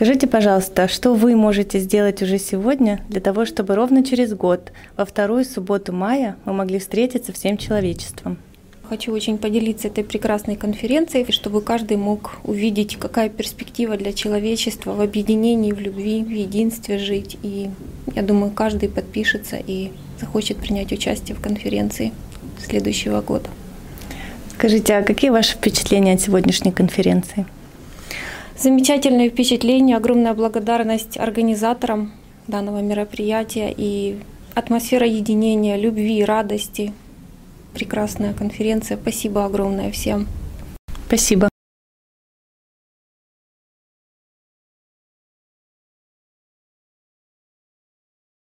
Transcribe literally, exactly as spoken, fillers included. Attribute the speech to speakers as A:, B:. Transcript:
A: Скажите, пожалуйста, что вы можете сделать уже сегодня для того, чтобы ровно через год, во вторую субботу мая, мы могли встретиться всем человечеством?
B: Хочу очень поделиться этой прекрасной конференцией, чтобы каждый мог увидеть, какая перспектива для человечества в объединении, в любви, в единстве жить. И я думаю, каждый подпишется и захочет принять участие в конференции следующего года.
A: Скажите, а какие ваши впечатления от сегодняшней конференции?
B: Замечательные впечатления, огромная благодарность организаторам данного мероприятия и атмосфера единения, любви, радости. Прекрасная конференция. Спасибо огромное всем.
A: Спасибо.